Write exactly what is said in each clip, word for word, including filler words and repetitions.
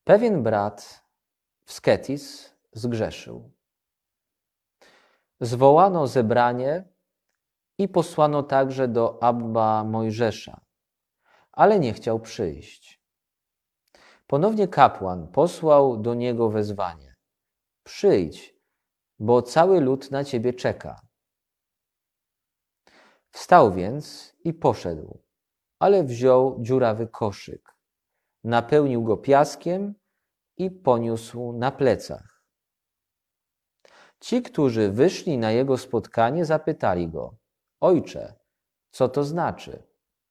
Pewien brat w Sketis zgrzeszył. Zwołano zebranie i posłano także do Abba Mojżesza, ale nie chciał przyjść. Ponownie kapłan posłał do niego wezwanie. Przyjdź, bo cały lud na ciebie czeka. Wstał więc i poszedł, ale wziął dziurawy koszyk, napełnił go piaskiem i poniósł na plecach. Ci, którzy wyszli na jego spotkanie, zapytali go: Ojcze, co to znaczy?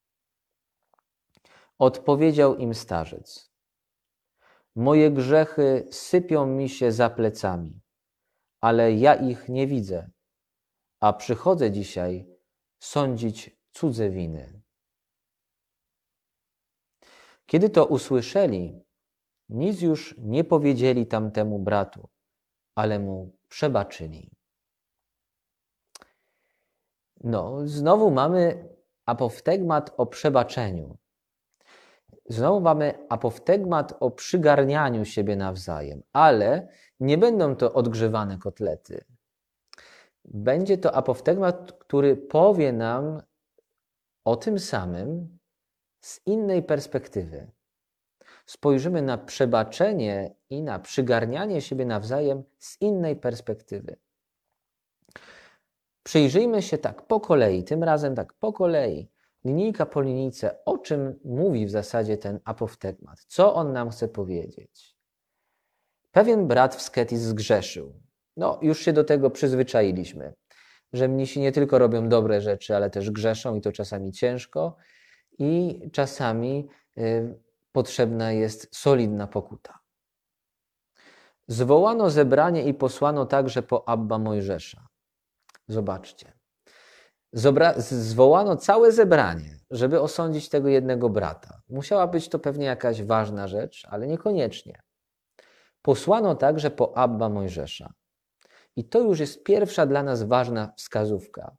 Odpowiedział im starzec: Moje grzechy sypią mi się za plecami, ale ja ich nie widzę, a przychodzę dzisiaj sądzić cudze winy. Kiedy to usłyszeli, nic już nie powiedzieli tamtemu bratu, ale mu przebaczyli. No, znowu mamy apoftegmat o przebaczeniu. Znowu mamy apoftegmat o przygarnianiu siebie nawzajem, ale nie będą to odgrzewane kotlety. Będzie to apoftegmat, który powie nam o tym samym z innej perspektywy. Spojrzymy na przebaczenie i na przygarnianie siebie nawzajem z innej perspektywy. Przyjrzyjmy się tak po kolei, tym razem tak po kolei, linijka po linijce, o czym mówi w zasadzie ten apoftegmat. Co on nam chce powiedzieć? Pewien brat w Sketis zgrzeszył. No, już się do tego przyzwyczailiśmy, że mnisi nie tylko robią dobre rzeczy, ale też grzeszą i to czasami ciężko i czasami y, potrzebna jest solidna pokuta. Zwołano zebranie i posłano także po Abba Mojżesza. Zobaczcie. Zobra- zwołano całe zebranie, żeby osądzić tego jednego brata. Musiała być to pewnie jakaś ważna rzecz, ale niekoniecznie. Posłano także po Abba Mojżesza. I to już jest pierwsza dla nas ważna wskazówka.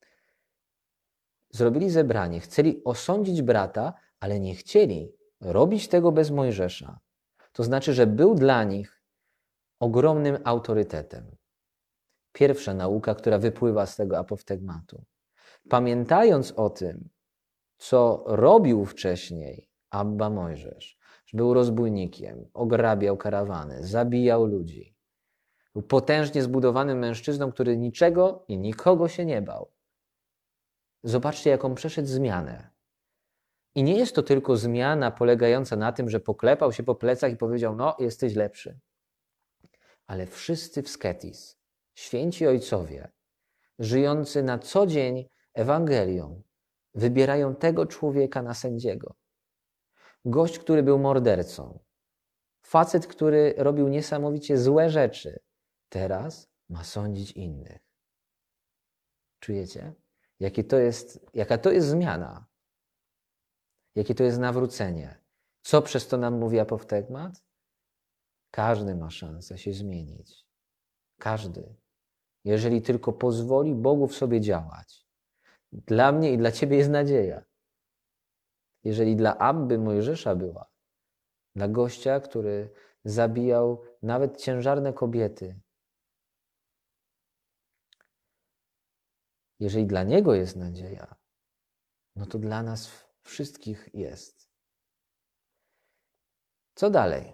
Zrobili zebranie, chcieli osądzić brata, ale nie chcieli robić tego bez Mojżesza. To znaczy, że był dla nich ogromnym autorytetem. Pierwsza nauka, która wypływa z tego apoftegmatu. Pamiętając o tym, co robił wcześniej Abba Mojżesz, że był rozbójnikiem, ograbiał karawany, zabijał ludzi. Był potężnie zbudowanym mężczyzną, który niczego i nikogo się nie bał. Zobaczcie, jaką przeszedł zmianę. I nie jest to tylko zmiana polegająca na tym, że poklepał się po plecach i powiedział: no, jesteś lepszy. Ale wszyscy w Sketis, święci ojcowie, żyjący na co dzień Ewangelią, wybierają tego człowieka na sędziego. Gość, który był mordercą. Facet, który robił niesamowicie złe rzeczy. Teraz ma sądzić innych. Czujecie? Jakie to jest, jaka to jest zmiana? Jakie to jest nawrócenie? Co przez to nam mówi apoftegmat? Każdy ma szansę się zmienić. Każdy. Jeżeli tylko pozwoli Bogu w sobie działać. Dla mnie i dla ciebie jest nadzieja. Jeżeli dla Abby Mojżesza była, dla gościa, który zabijał nawet ciężarne kobiety, jeżeli dla niego jest nadzieja, no to dla nas wszystkich jest. Co dalej?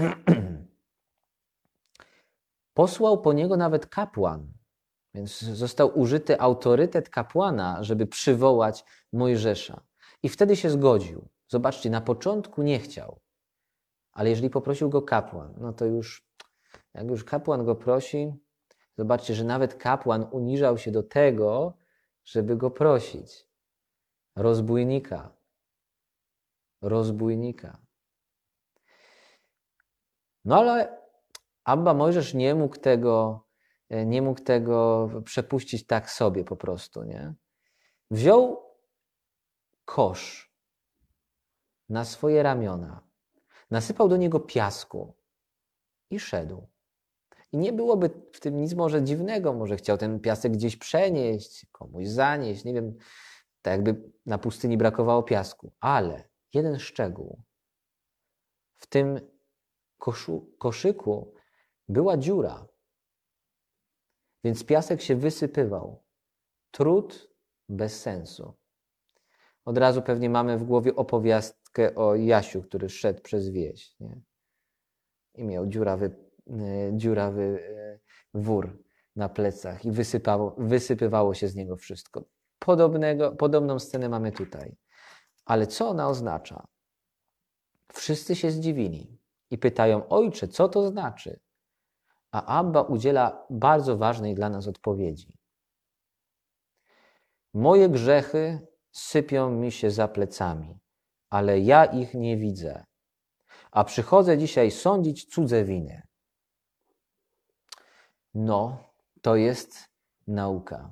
Posłał po niego nawet kapłan, więc został użyty autorytet kapłana, żeby przywołać Mojżesza. I wtedy się zgodził. Zobaczcie, na początku nie chciał, ale jeżeli poprosił go kapłan, no to już, jak już kapłan go prosi, zobaczcie, że nawet kapłan uniżał się do tego, żeby go prosić. Rozbójnika. Rozbójnika. No ale Abba Mojżesz nie mógł tego, nie mógł tego przepuścić tak sobie po prostu, nie? Wziął kosz na swoje ramiona, nasypał do niego piasku i szedł. I nie byłoby w tym nic może dziwnego, może chciał ten piasek gdzieś przenieść, komuś zanieść, nie wiem, tak jakby na pustyni brakowało piasku. Ale jeden szczegół w tym koszu, koszyku była dziura, więc piasek się wysypywał. Trud bez sensu. Od razu pewnie mamy w głowie opowiastkę o Jasiu, który szedł przez wieś, nie? I miał dziurawy, dziurawy wór na plecach i wysypało, wysypywało się z niego wszystko. Podobnego, podobną scenę mamy tutaj. Ale co ona oznacza? Wszyscy się zdziwili i pytają: ojcze, co to znaczy? A Abba udziela bardzo ważnej dla nas odpowiedzi. Moje grzechy sypią mi się za plecami, ale ja ich nie widzę. A przychodzę dzisiaj sądzić cudze winy. No, to jest nauka.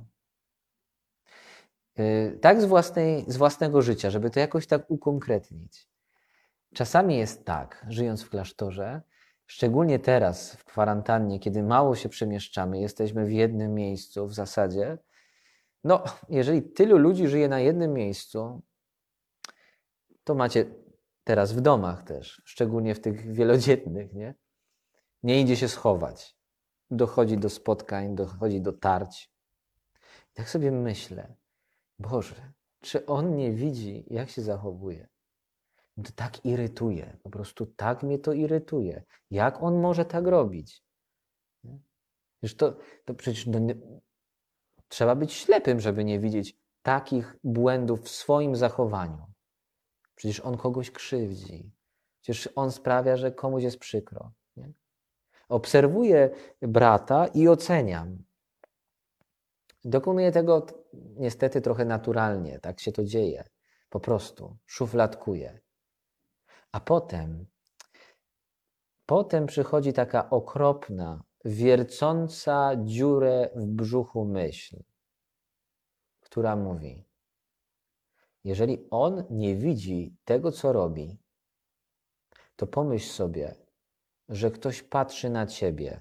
Yy, tak z, własnej, z własnego życia, żeby to jakoś tak ukonkretnić. Czasami jest tak, żyjąc w klasztorze, szczególnie teraz w kwarantannie, kiedy mało się przemieszczamy, jesteśmy w jednym miejscu w zasadzie. No, jeżeli tylu ludzi żyje na jednym miejscu, to macie teraz w domach też, szczególnie w tych wielodzietnych, nie? Nie idzie się schować. Dochodzi do spotkań, dochodzi do tarć. Tak sobie myślę, Boże, czy On nie widzi, jak się zachowuje? To tak irytuje, po prostu tak mnie to irytuje. Jak On może tak robić? Przecież to, to przecież no nie, trzeba być ślepym, żeby nie widzieć takich błędów w swoim zachowaniu. Przecież On kogoś krzywdzi. Przecież On sprawia, że komuś jest przykro. Nie? Obserwuję brata i oceniam. Dokonuję tego niestety trochę naturalnie. Tak się to dzieje. Po prostu szufladkuję. A potem, potem przychodzi taka okropna, wiercąca dziurę w brzuchu myśl, która mówi: jeżeli on nie widzi tego, co robi, to pomyśl sobie, że ktoś patrzy na ciebie.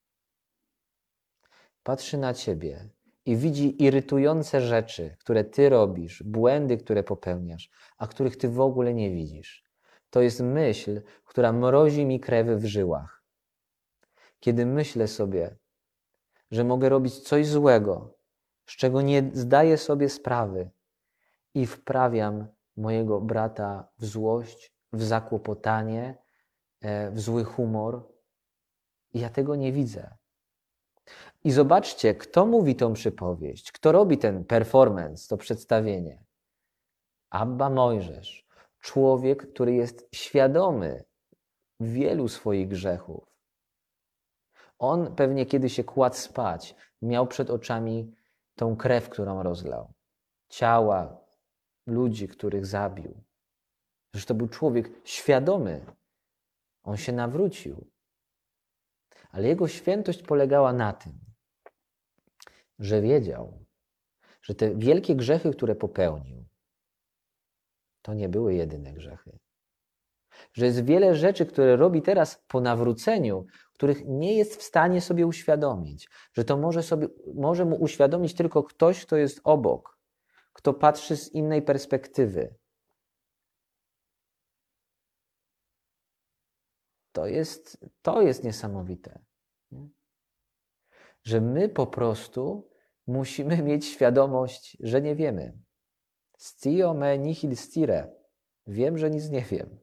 Patrzy na ciebie i widzi irytujące rzeczy, które ty robisz, błędy, które popełniasz, a których ty w ogóle nie widzisz. To jest myśl, która mrozi mi krew w żyłach. Kiedy myślę sobie, że mogę robić coś złego, z czego nie zdaję sobie sprawy i wprawiam mojego brata w złość, w zakłopotanie, w zły humor. I ja tego nie widzę. I zobaczcie, kto mówi tą przypowieść, kto robi ten performance, to przedstawienie. Abba Mojżesz, człowiek, który jest świadomy wielu swoich grzechów. On pewnie, kiedy się kładł spać, miał przed oczami tą krew, którą rozlał. Ciała ludzi, których zabił. Że to był człowiek świadomy. On się nawrócił. Ale jego świętość polegała na tym, że wiedział, że te wielkie grzechy, które popełnił, to nie były jedyne grzechy. Że jest wiele rzeczy, które robi teraz po nawróceniu, których nie jest w stanie sobie uświadomić. Że to może, sobie, może mu uświadomić tylko ktoś, kto jest obok, kto patrzy z innej perspektywy. To jest, to jest niesamowite. Że my po prostu musimy mieć świadomość, że nie wiemy. Scio me nihil scire. Wiem, że nic nie wiem.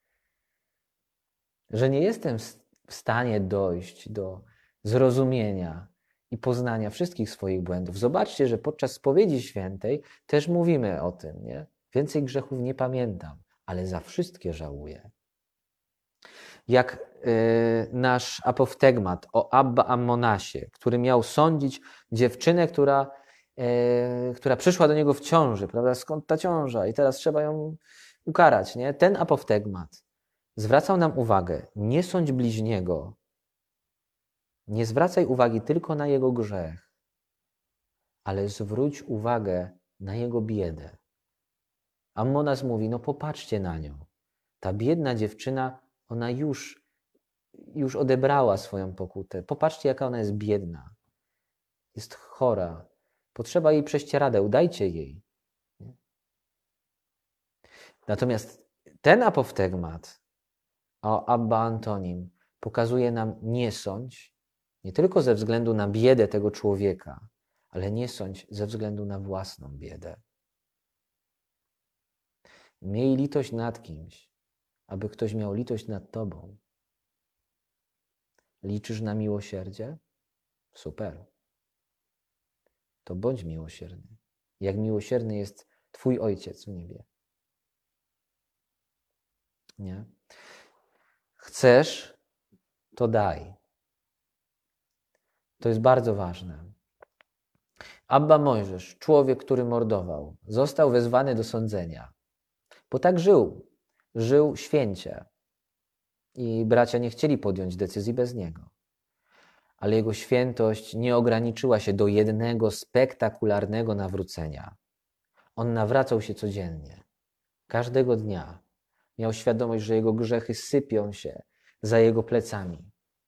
Że nie jestem w stanie dojść do zrozumienia i poznania wszystkich swoich błędów. Zobaczcie, że podczas spowiedzi świętej też mówimy o tym, nie? Więcej grzechów nie pamiętam, ale za wszystkie żałuję. Jak y, nasz apoftegmat o Abba Ammonasie, który miał sądzić dziewczynę, która, y, która przyszła do niego w ciąży, prawda? Skąd ta ciąża? I teraz trzeba ją ukarać, nie? Ten apoftegmat zwracał nam uwagę: nie sądź bliźniego, nie zwracaj uwagi tylko na jego grzech, ale zwróć uwagę na jego biedę. Ammonas mówi: no popatrzcie na nią. Ta biedna dziewczyna, ona już, już odebrała swoją pokutę. Popatrzcie, jaka ona jest biedna. Jest chora. Potrzeba jej prześcieradeł. Dajcie jej. Natomiast ten apoftegmat A Abba Antonim pokazuje nam: nie sądź, nie tylko ze względu na biedę tego człowieka, ale nie sądź ze względu na własną biedę. Miej litość nad kimś, aby ktoś miał litość nad tobą. Liczysz na miłosierdzie? Super. To bądź miłosierny, jak miłosierny jest Twój Ojciec w niebie. Nie? Chcesz, to daj. To jest bardzo ważne. Abba Mojżesz, człowiek, który mordował, został wezwany do sądzenia, bo tak żył. Żył święcie. I bracia nie chcieli podjąć decyzji bez niego. Ale jego świętość nie ograniczyła się do jednego spektakularnego nawrócenia. On nawracał się codziennie, każdego dnia. Miał świadomość, że jego grzechy sypią się za jego plecami.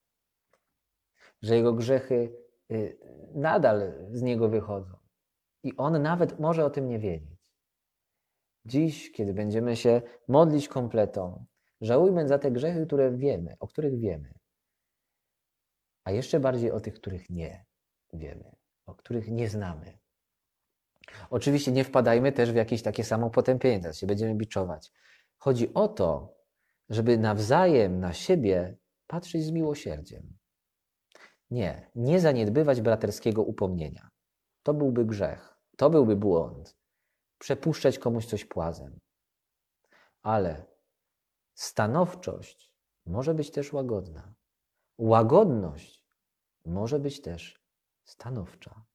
Że jego grzechy nadal z niego wychodzą. I on nawet może o tym nie wiedzieć. Dziś, kiedy będziemy się modlić kompletą, żałujmy za te grzechy, które wiemy, o których wiemy. A jeszcze bardziej o tych, których nie wiemy, o których nie znamy. Oczywiście nie wpadajmy też w jakieś takie samopotępienie, teraz się będziemy biczować. Chodzi o to, żeby nawzajem na siebie patrzeć z miłosierdziem. Nie, nie zaniedbywać braterskiego upomnienia. To byłby grzech, to byłby błąd. Przepuszczać komuś coś płazem. Ale stanowczość może być też łagodna. Łagodność może być też stanowcza.